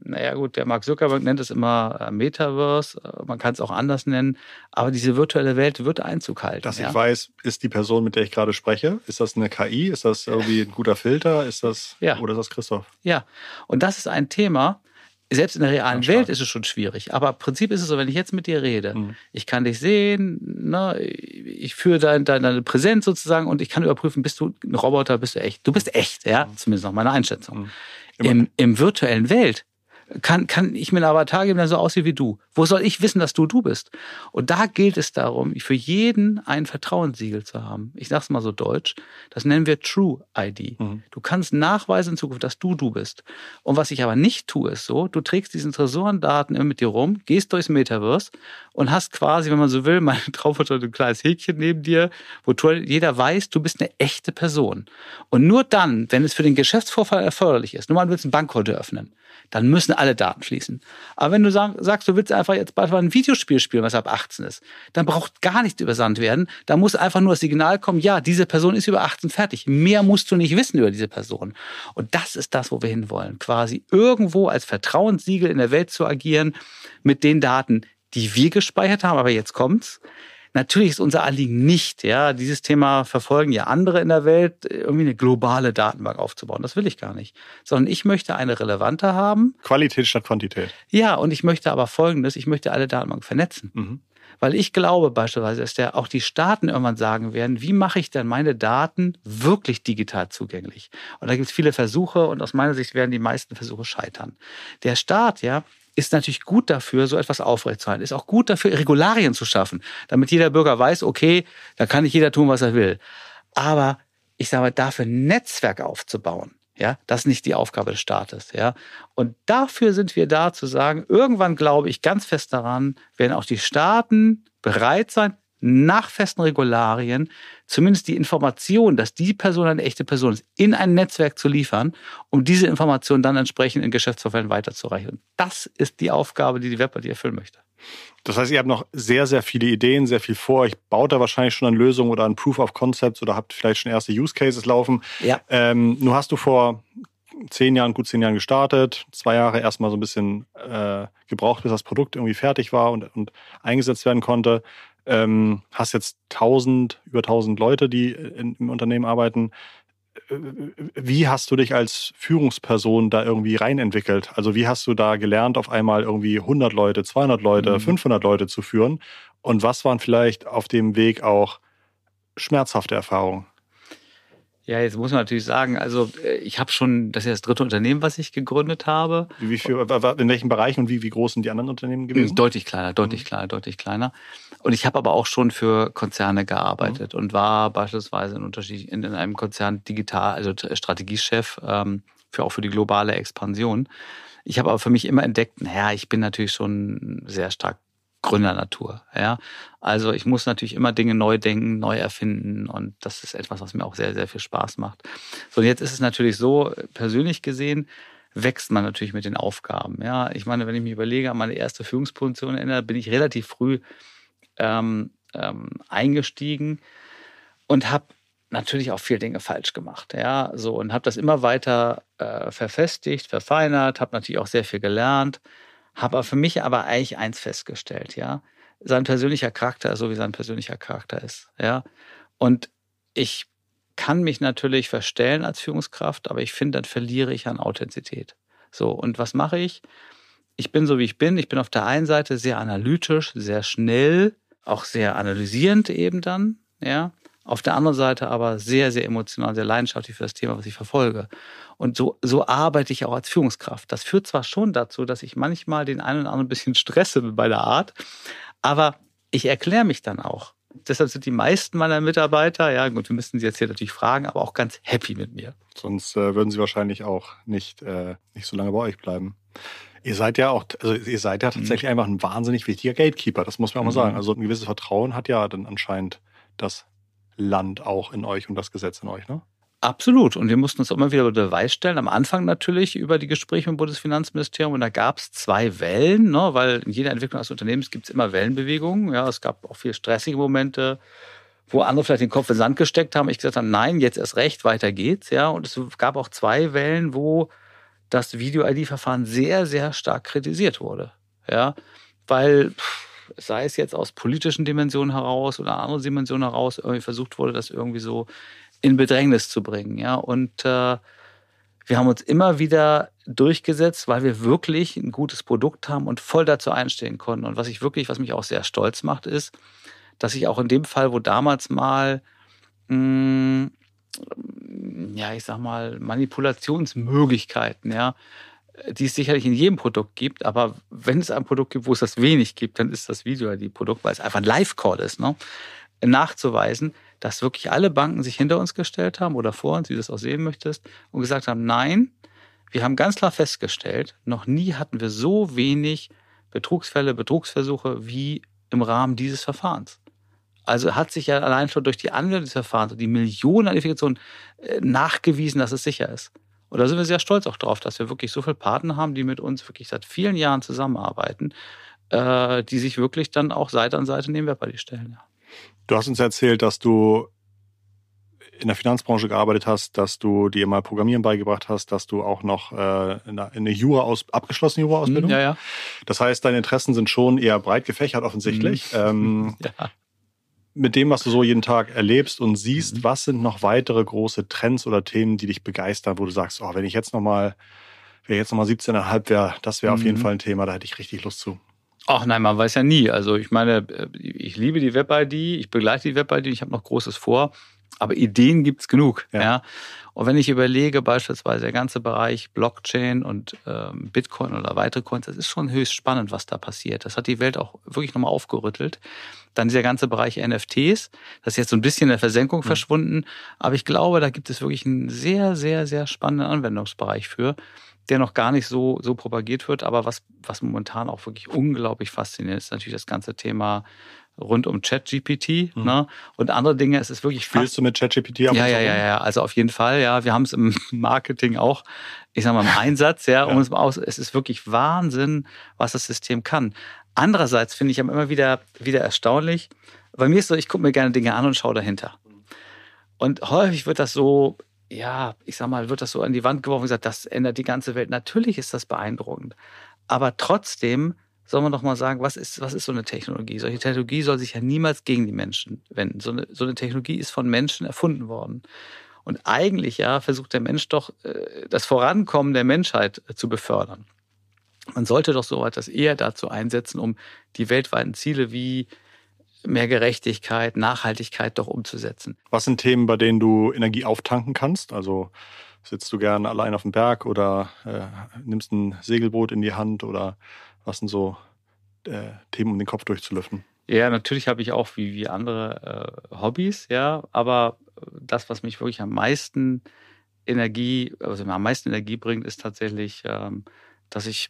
naja gut, der Mark Zuckerberg nennt es immer äh, Metaverse, man kann es auch anders nennen, aber diese virtuelle Welt wird Einzug halten. Dass ja? ich weiß, ist die Person, mit der ich gerade spreche, ist das eine K I, ist das irgendwie ein guter Filter, ist das, ja. oder ist das Christoph? Ja, und das ist ein Thema, selbst in der realen Welt ist es schon schwierig. Aber im Prinzip ist es so, wenn ich jetzt mit dir rede, mhm. ich kann dich sehen, ne, ich führe dein, deine Präsenz sozusagen und ich kann überprüfen, bist du ein Roboter, bist du echt. Du bist echt, ja, mhm. zumindest nach meiner Einschätzung. Mhm. Im, Im virtuellen Welt kann, kann ich mir einen Avatar geben, der so aussieht wie du. Wo soll ich wissen, dass du du bist? Und da gilt es darum, für jeden ein Vertrauenssiegel zu haben. Ich sag's mal so deutsch. Das nennen wir True I D. Mhm. Du kannst nachweisen in Zukunft, dass du du bist. Und was ich aber nicht tue, ist so, du trägst diesen Tresorendaten immer mit dir rum, gehst durchs Metaverse und hast quasi, wenn man so will, mein Traumfoto, ein kleines Häkchen neben dir, wo jeder weiß, du bist eine echte Person. Und nur dann, wenn es für den Geschäftsvorfall erforderlich ist, nur mal, du willst ein Bankkonto öffnen, dann müssen alle Daten fließen. Aber wenn du sag, sagst, du willst einfach jetzt bald mal ein Videospiel spielen, was ab achtzehn ist, dann braucht gar nichts übersandt werden. Da muss einfach nur das Signal kommen, ja, diese Person ist über achtzehn fertig. Mehr musst du nicht wissen über diese Person. Und das ist das, wo wir hinwollen. Quasi irgendwo als Vertrauenssiegel in der Welt zu agieren mit den Daten, die wir gespeichert haben. Aber jetzt kommt's. Natürlich ist unser Anliegen nicht, ja, dieses Thema verfolgen ja andere in der Welt, irgendwie eine globale Datenbank aufzubauen. Das will ich gar nicht. Sondern ich möchte eine relevante haben. Qualität statt Quantität. Ja, und ich möchte aber Folgendes, ich möchte alle Datenbanken vernetzen. Mhm. Weil ich glaube beispielsweise, dass der, auch die Staaten irgendwann sagen werden, wie mache ich denn meine Daten wirklich digital zugänglich? Und da gibt es viele Versuche und aus meiner Sicht werden die meisten Versuche scheitern. Der Staat, ja, ist natürlich gut dafür, so etwas aufrechtzuerhalten. Ist auch gut dafür, Regularien zu schaffen, damit jeder Bürger weiß, okay, da kann nicht jeder tun, was er will. Aber ich sage mal, dafür ein Netzwerk aufzubauen, ja, das ist nicht die Aufgabe des Staates, ja. Und dafür sind wir da zu sagen, irgendwann glaube ich ganz fest daran, werden auch die Staaten bereit sein, nach festen Regularien zumindest die Information, dass die Person eine echte Person ist, in ein Netzwerk zu liefern, um diese Information dann entsprechend in Geschäftsvorfällen weiterzureichen. Und das ist die Aufgabe, die die Web I D erfüllen möchte. Das heißt, ihr habt noch sehr, sehr viele Ideen, sehr viel vor. Ich baut da wahrscheinlich schon an Lösungen oder an Proof of Concepts oder habt vielleicht schon erste Use Cases laufen. Ja. Ähm, nun hast du vor zehn Jahren, gut zehn Jahren gestartet, zwei Jahre erstmal so ein bisschen äh, gebraucht, bis das Produkt irgendwie fertig war und, und eingesetzt werden konnte. Ähm, hast jetzt tausend, über tausend Leute, die in, im Unternehmen arbeiten. Wie hast du dich als Führungsperson da irgendwie reinentwickelt? Also wie hast du da gelernt, auf einmal irgendwie hundert Leute, zweihundert Leute, mhm. fünfhundert Leute zu führen? Und was waren vielleicht auf dem Weg auch schmerzhafte Erfahrungen? Ja, jetzt muss man natürlich sagen, also ich habe schon, das ist ja das dritte Unternehmen, was ich gegründet habe. Wie viel, in welchen Bereichen und wie, wie groß sind die anderen Unternehmen gewesen? Deutlich kleiner, deutlich mhm. kleiner, deutlich kleiner. Und ich habe aber auch schon für Konzerne gearbeitet mhm. und war beispielsweise in, Unterschied, in einem Konzern digital, also Strategiechef ähm, für auch für die globale Expansion. Ich habe aber für mich immer entdeckt, naja, ich bin natürlich schon sehr stark Gründernatur, ja. Also ich muss natürlich immer Dinge neu denken, neu erfinden und das ist etwas, was mir auch sehr, sehr viel Spaß macht. So, und jetzt ist es natürlich so, persönlich gesehen, wächst man natürlich mit den Aufgaben, ja. Ich meine, wenn ich mich überlege, an meine erste Führungsposition erinnere, bin ich relativ früh ähm, ähm, eingestiegen und habe natürlich auch viele Dinge falsch gemacht, ja, so und habe das immer weiter äh, verfestigt, verfeinert, habe natürlich auch sehr viel gelernt. Habe für mich aber eigentlich eins festgestellt, ja. Sein persönlicher Charakter ist so, wie sein persönlicher Charakter ist, ja. Und ich kann mich natürlich verstellen als Führungskraft, aber ich finde, dann verliere ich an Authentizität. So, und was mache ich? Ich bin so, wie ich bin. Ich bin auf der einen Seite sehr analytisch, sehr schnell, auch sehr analysierend eben dann, ja. Auf der anderen Seite aber sehr, sehr emotional, sehr leidenschaftlich für das Thema, was ich verfolge. Und so, so arbeite ich auch als Führungskraft. Das führt zwar schon dazu, dass ich manchmal den einen oder anderen ein bisschen stresse mit meiner Art, aber ich erkläre mich dann auch. Deshalb sind die meisten meiner Mitarbeiter, ja gut, wir müssen sie jetzt hier natürlich fragen, aber auch ganz happy mit mir. Sonst äh, würden sie wahrscheinlich auch nicht, äh, nicht so lange bei euch bleiben. Ihr seid ja auch, also ihr seid ja tatsächlich mhm. einfach ein wahnsinnig wichtiger Gatekeeper, das muss man auch mal sagen. Also ein gewisses Vertrauen hat ja dann anscheinend das Land auch in euch und das Gesetz in euch, ne? Absolut. Und wir mussten uns immer wieder unter Beweis stellen. Am Anfang natürlich über die Gespräche mit dem Bundesfinanzministerium. Und da gab es zwei Wellen, ne? Weil in jeder Entwicklung eines Unternehmens gibt es immer Wellenbewegungen. Ja, es gab auch viele stressige Momente, wo andere vielleicht den Kopf in den Sand gesteckt haben. Ich gesagt habe, nein, jetzt erst recht, weiter geht's. Ja, und es gab auch zwei Wellen, wo das Video-I D-Verfahren sehr, sehr stark kritisiert wurde. Ja, weil sei es jetzt aus politischen Dimensionen heraus oder anderen Dimensionen heraus irgendwie versucht wurde, das irgendwie so in Bedrängnis zu bringen. Ja, und äh, wir haben uns immer wieder durchgesetzt, weil wir wirklich ein gutes Produkt haben und voll dazu einstehen konnten. Und was ich wirklich, was mich auch sehr stolz macht, ist, dass ich auch in dem Fall, wo damals mal mh, ja, ich sag mal, Manipulationsmöglichkeiten, ja, die es sicherlich in jedem Produkt gibt, aber wenn es ein Produkt gibt, wo es das wenig gibt, dann ist das Video-I D-Produkt, weil es einfach ein Live-Call ist, ne? Nachzuweisen, dass wirklich alle Banken sich hinter uns gestellt haben oder vor uns, wie du das auch sehen möchtest, und gesagt haben, nein, wir haben ganz klar festgestellt, noch nie hatten wir so wenig Betrugsfälle, Betrugsversuche wie im Rahmen dieses Verfahrens. Also hat sich ja allein schon durch die Anwendung des Verfahrens und die Millionen an Identifikationen nachgewiesen, dass es sicher ist. Und da sind wir sehr stolz auch drauf, dass wir wirklich so viele Partner haben, die mit uns wirklich seit vielen Jahren zusammenarbeiten, äh, die sich wirklich dann auch Seite an Seite neben WebID stellen. Ja. Du hast uns erzählt, dass du in der Finanzbranche gearbeitet hast, dass du dir mal Programmieren beigebracht hast, dass du auch noch äh, eine Jura aus, abgeschlossene Jura-Ausbildung. Ja, ja. Das heißt, deine Interessen sind schon eher breit gefächert offensichtlich. Mhm. Ähm, ja. Mit dem, was du so jeden Tag erlebst und siehst, mhm. was sind noch weitere große Trends oder Themen, die dich begeistern, wo du sagst, oh, wenn ich jetzt nochmal, wenn ich jetzt nochmal siebzehn Komma fünf wäre, das wäre mhm. auf jeden Fall ein Thema, da hätte ich richtig Lust zu. Ach nein, man weiß ja nie. Also ich meine, ich liebe die WebID, ich begleite die WebID, ich habe noch Großes vor, aber Ideen gibt's genug. Ja. Ja. Und wenn ich überlege, beispielsweise der ganze Bereich Blockchain und ähm, Bitcoin oder weitere Coins, das ist schon höchst spannend, was da passiert. Das hat die Welt auch wirklich nochmal aufgerüttelt. Dann dieser ganze Bereich N F Ts, das ist jetzt so ein bisschen in der Versenkung mhm. verschwunden, aber ich glaube, da gibt es wirklich einen sehr, sehr, sehr spannenden Anwendungsbereich für, der noch gar nicht so so propagiert wird, aber was was momentan auch wirklich unglaublich faszinierend ist, natürlich das ganze Thema rund um ChatGPT, mhm. ne? Und andere Dinge. Es ist wirklich fast. Spielst du mit ChatGPT? Ja, ja, ja, ja. Also auf jeden Fall, ja. Wir haben es im Marketing auch, ich sag mal, im Einsatz, ja. Um ja. es mal aus. Es ist wirklich Wahnsinn, was das System kann. Andererseits finde ich aber immer wieder wieder erstaunlich. Bei mir ist so, ich gucke mir gerne Dinge an und schaue dahinter. Und häufig wird das so, ja, ich sag mal, wird das so an die Wand geworfen und gesagt, das ändert die ganze Welt. Natürlich ist das beeindruckend. Aber trotzdem soll man doch mal sagen, was ist, was ist so eine Technologie? Solche Technologie soll sich ja niemals gegen die Menschen wenden. So eine, so eine Technologie ist von Menschen erfunden worden. Und eigentlich ja versucht der Mensch doch, das Vorankommen der Menschheit zu befördern. Man sollte doch so etwas eher dazu einsetzen, um die weltweiten Ziele wie mehr Gerechtigkeit, Nachhaltigkeit doch umzusetzen. Was sind Themen, bei denen du Energie auftanken kannst? Also sitzt du gern allein auf dem Berg oder äh, nimmst ein Segelboot in die Hand oder was sind so äh, Themen, um den Kopf durchzulüften? Ja, natürlich habe ich auch wie, wie andere äh, Hobbys, ja, aber das, was mich wirklich am meisten Energie, also am meisten Energie bringt, ist tatsächlich, ähm, dass ich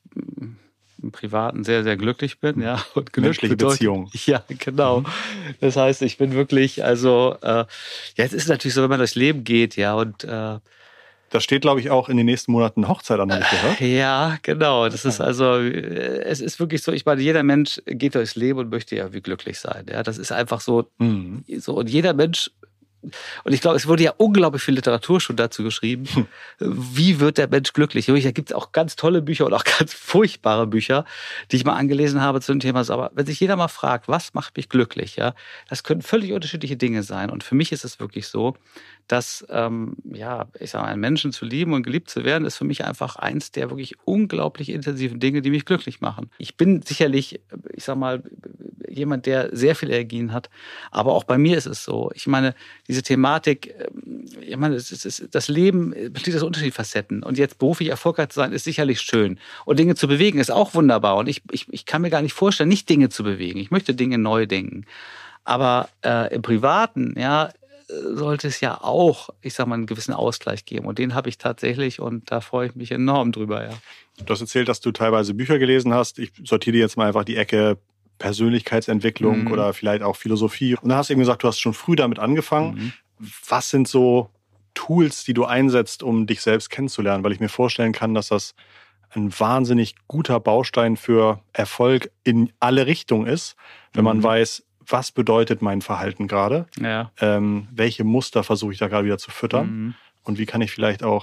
im Privaten sehr, sehr glücklich bin, ja. Und Glück menschliche bedeutet, Beziehung. Ja, genau. Mhm. Das heißt, ich bin wirklich, also, äh, ja, jetzt ist es natürlich so, wenn man durchs Leben geht, ja, und äh, da steht, glaube ich, auch in den nächsten Monaten Hochzeit an, habe ich gehört. Ja, genau. Das ist also, es ist wirklich so, ich meine, jeder Mensch geht durchs Leben und möchte ja wie glücklich sein. Ja, das ist einfach so, mhm. so. Und jeder Mensch, und ich glaube, es wurde ja unglaublich viel Literatur schon dazu geschrieben. Hm. Wie wird der Mensch glücklich? Da gibt es auch ganz tolle Bücher und auch ganz furchtbare Bücher, die ich mal angelesen habe zu dem Thema. Aber wenn sich jeder mal fragt, was macht mich glücklich? Ja, das können völlig unterschiedliche Dinge sein. Und für mich ist es wirklich so, dass, ähm, ja, ich sage mal, einen Menschen zu lieben und geliebt zu werden, ist für mich einfach eins der wirklich unglaublich intensiven Dinge, die mich glücklich machen. Ich bin sicherlich, ich sage mal, jemand, der sehr viel Energien hat, aber auch bei mir ist es so. Ich meine, diese Thematik, ich meine, es ist, das Leben besteht aus unterschiedlichen Facetten und jetzt beruflich erfolgreich zu sein, ist sicherlich schön. Und Dinge zu bewegen ist auch wunderbar und ich, ich, ich kann mir gar nicht vorstellen, nicht Dinge zu bewegen. Ich möchte Dinge neu denken. Aber äh, im Privaten, ja, sollte es ja auch, ich sag mal, einen gewissen Ausgleich geben. Und den habe ich tatsächlich und da freue ich mich enorm drüber, ja. Du hast erzählt, dass du teilweise Bücher gelesen hast. Ich sortiere dir jetzt mal einfach die Ecke Persönlichkeitsentwicklung mhm. oder vielleicht auch Philosophie. Und dann hast du eben gesagt, du hast schon früh damit angefangen. Mhm. Was sind so Tools, die du einsetzt, um dich selbst kennenzulernen? Weil ich mir vorstellen kann, dass das ein wahnsinnig guter Baustein für Erfolg in alle Richtungen ist, wenn mhm. man weiß, was bedeutet mein Verhalten gerade? Ja. Ähm, welche Muster versuche ich da gerade wieder zu füttern? Mhm. Und wie kann ich vielleicht auch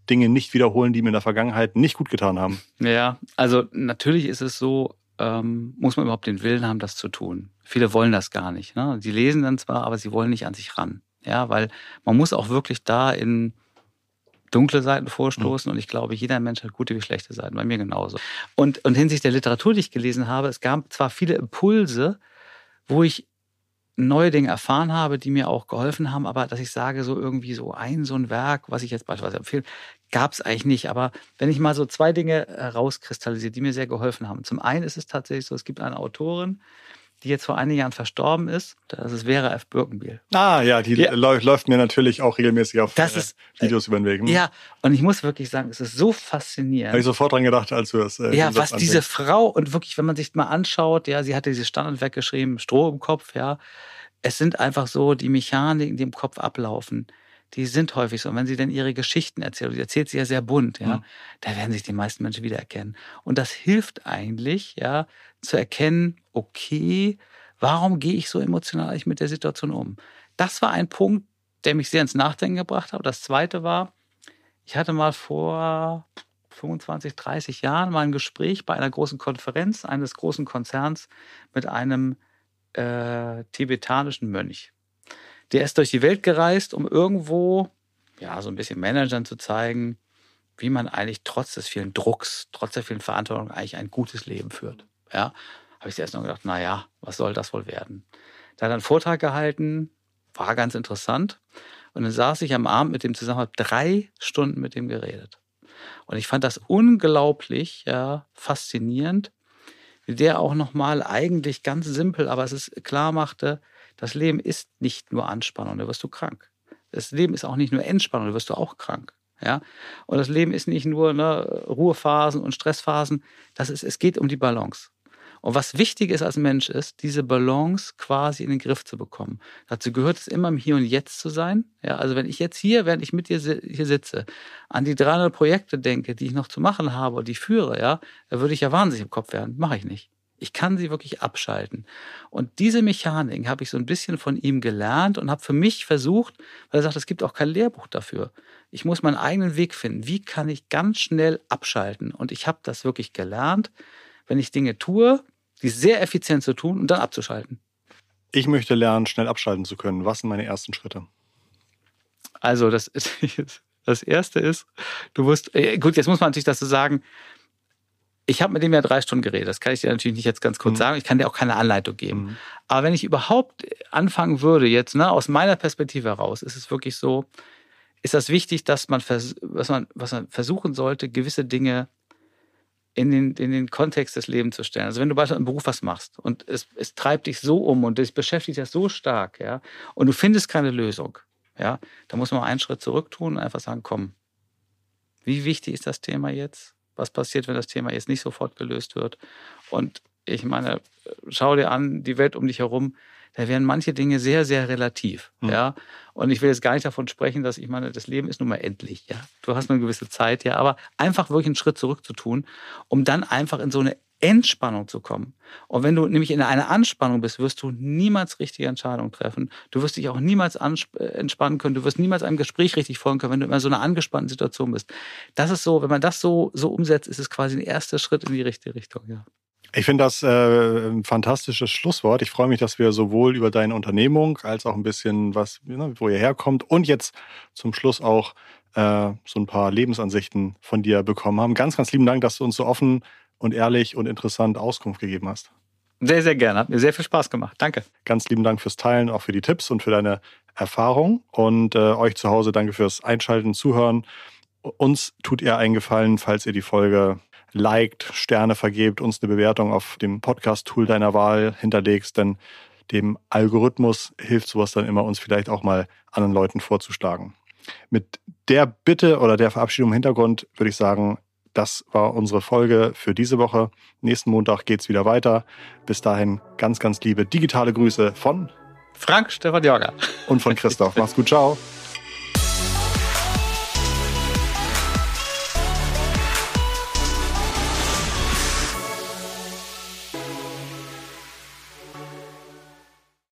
Dinge nicht wiederholen, die mir in der Vergangenheit nicht gut getan haben? Ja, also natürlich ist es so, ähm, muss man überhaupt den Willen haben, das zu tun. Viele wollen das gar nicht. Ne? Die lesen dann zwar, aber sie wollen nicht an sich ran. Ja, weil man muss auch wirklich da in dunkle Seiten vorstoßen. Mhm. Und ich glaube, jeder Mensch hat gute wie schlechte Seiten. Bei mir genauso. Und, und hinsichtlich der Literatur, die ich gelesen habe, es gab zwar viele Impulse, wo ich neue Dinge erfahren habe, die mir auch geholfen haben, aber dass ich sage, so irgendwie so ein, so ein Werk, was ich jetzt beispielsweise empfehle, gab es eigentlich nicht. Aber wenn ich mal so zwei Dinge herauskristallisiere, die mir sehr geholfen haben. Zum einen ist es tatsächlich so, es gibt eine Autorin, die jetzt vor einigen Jahren verstorben ist. Das ist Vera F. Birkenbiel. Ah ja, die ja. Läuft, läuft mir natürlich auch regelmäßig auf das ist, äh, Videos über den Weg. Hm? Ja, und ich muss wirklich sagen, es ist so faszinierend. Habe ich sofort dran gedacht, als du das äh, Ja, was anfängst. Diese Frau, und wirklich, wenn man sich mal anschaut, ja, sie hatte dieses Standardwerk geschrieben, Stroh im Kopf, ja. Es sind einfach so die Mechaniken, die im Kopf ablaufen, die sind häufig so. Und wenn sie dann ihre Geschichten erzählt, und die erzählt sie ja sehr bunt, ja, mhm. da werden sich die meisten Menschen wiedererkennen. Und das hilft eigentlich, ja, zu erkennen, okay, warum gehe ich so emotional eigentlich mit der Situation um? Das war ein Punkt, der mich sehr ins Nachdenken gebracht hat. Das Zweite war, ich hatte mal vor fünfundzwanzig, dreißig Jahren mal ein Gespräch bei einer großen Konferenz eines großen Konzerns mit einem äh, tibetanischen Mönch. Der ist durch die Welt gereist, um irgendwo ja so ein bisschen Managern zu zeigen, wie man eigentlich trotz des vielen Drucks, trotz der vielen Verantwortung eigentlich ein gutes Leben führt. Ja, habe ich erst noch gedacht, naja, was soll das wohl werden? Da hat er einen Vortrag gehalten, war ganz interessant. Und dann saß ich am Abend mit dem zusammen, habe drei Stunden mit dem geredet. Und ich fand das unglaublich ja, faszinierend, wie der auch nochmal eigentlich ganz simpel, aber es ist klar machte, das Leben ist nicht nur Anspannung, da wirst du krank. Das Leben ist auch nicht nur Entspannung, da wirst du auch krank. Ja? Und das Leben ist nicht nur ne, Ruhephasen und Stressphasen, das ist, es geht um die Balance. Und was wichtig ist als Mensch ist, diese Balance quasi in den Griff zu bekommen. Dazu gehört es immer im Hier und Jetzt zu sein. Ja, also wenn ich jetzt hier, während ich mit dir hier sitze, an die dreihundert Projekte denke, die ich noch zu machen habe und die führe, ja, da würde ich ja wahnsinnig im Kopf werden. Mache ich nicht. Ich kann sie wirklich abschalten. Und diese Mechanik habe ich so ein bisschen von ihm gelernt und habe für mich versucht, weil er sagt, es gibt auch kein Lehrbuch dafür. Ich muss meinen eigenen Weg finden. Wie kann ich ganz schnell abschalten? Und ich habe das wirklich gelernt, wenn ich Dinge tue, die sehr effizient zu tun und dann abzuschalten. Ich möchte lernen, schnell abschalten zu können. Was sind meine ersten Schritte? Also das, ist, das Erste ist, du wirst, gut, jetzt muss man natürlich dazu sagen, ich habe mit dem ja drei Stunden geredet. Das kann ich dir natürlich nicht jetzt ganz kurz mhm. sagen. Ich kann dir auch keine Anleitung geben. Mhm. Aber wenn ich überhaupt anfangen würde jetzt, ne, aus meiner Perspektive heraus, ist es wirklich so, ist das wichtig, dass man, vers- was man, was man versuchen sollte, gewisse Dinge in den, in den Kontext des Lebens zu stellen. Also wenn du beispielsweise im Beruf was machst und es, es treibt dich so um und es beschäftigt dich so stark, ja, und du findest keine Lösung, ja, dann muss man einen Schritt zurück tun und einfach sagen, komm, wie wichtig ist das Thema jetzt? Was passiert, wenn das Thema jetzt nicht sofort gelöst wird? Und ich meine, schau dir an, die Welt um dich herum, da werden manche Dinge sehr, sehr relativ. Mhm. Ja? Und ich will jetzt gar nicht davon sprechen, dass ich meine, das Leben ist nun mal endlich. Ja? Du hast nur eine gewisse Zeit, ja, aber einfach wirklich einen Schritt zurück zu tun, um dann einfach in so eine Entspannung zu kommen. Und wenn du nämlich in einer Anspannung bist, wirst du niemals richtige Entscheidungen treffen. Du wirst dich auch niemals ansp- entspannen können. Du wirst niemals einem Gespräch richtig folgen können, wenn du in so einer angespannten Situation bist. Das ist so, wenn man das so, so umsetzt, ist es quasi ein erster Schritt in die richtige Richtung. Ja. Ich finde das äh, ein fantastisches Schlusswort. Ich freue mich, dass wir sowohl über deine Unternehmung als auch ein bisschen was, ne, wo ihr herkommt und jetzt zum Schluss auch äh, so ein paar Lebensansichten von dir bekommen haben. Ganz, ganz lieben Dank, dass du uns so offen und ehrlich und interessant Auskunft gegeben hast. Sehr, sehr gerne. Hat mir sehr viel Spaß gemacht. Danke. Ganz lieben Dank fürs Teilen, auch für die Tipps und für deine Erfahrung. Und äh, euch zu Hause danke fürs Einschalten, Zuhören. Uns tut ihr einen Gefallen, falls ihr die Folge liked, Sterne vergebt, uns eine Bewertung auf dem Podcast-Tool deiner Wahl hinterlegst, denn dem Algorithmus hilft sowas dann immer, uns vielleicht auch mal anderen Leuten vorzuschlagen. Mit der Bitte oder der Verabschiedung im Hintergrund würde ich sagen, das war unsere Folge für diese Woche. Nächsten Montag geht's wieder weiter. Bis dahin ganz, ganz liebe digitale Grüße von Frank Stefan Jorger und von Christoph. Mach's gut, ciao.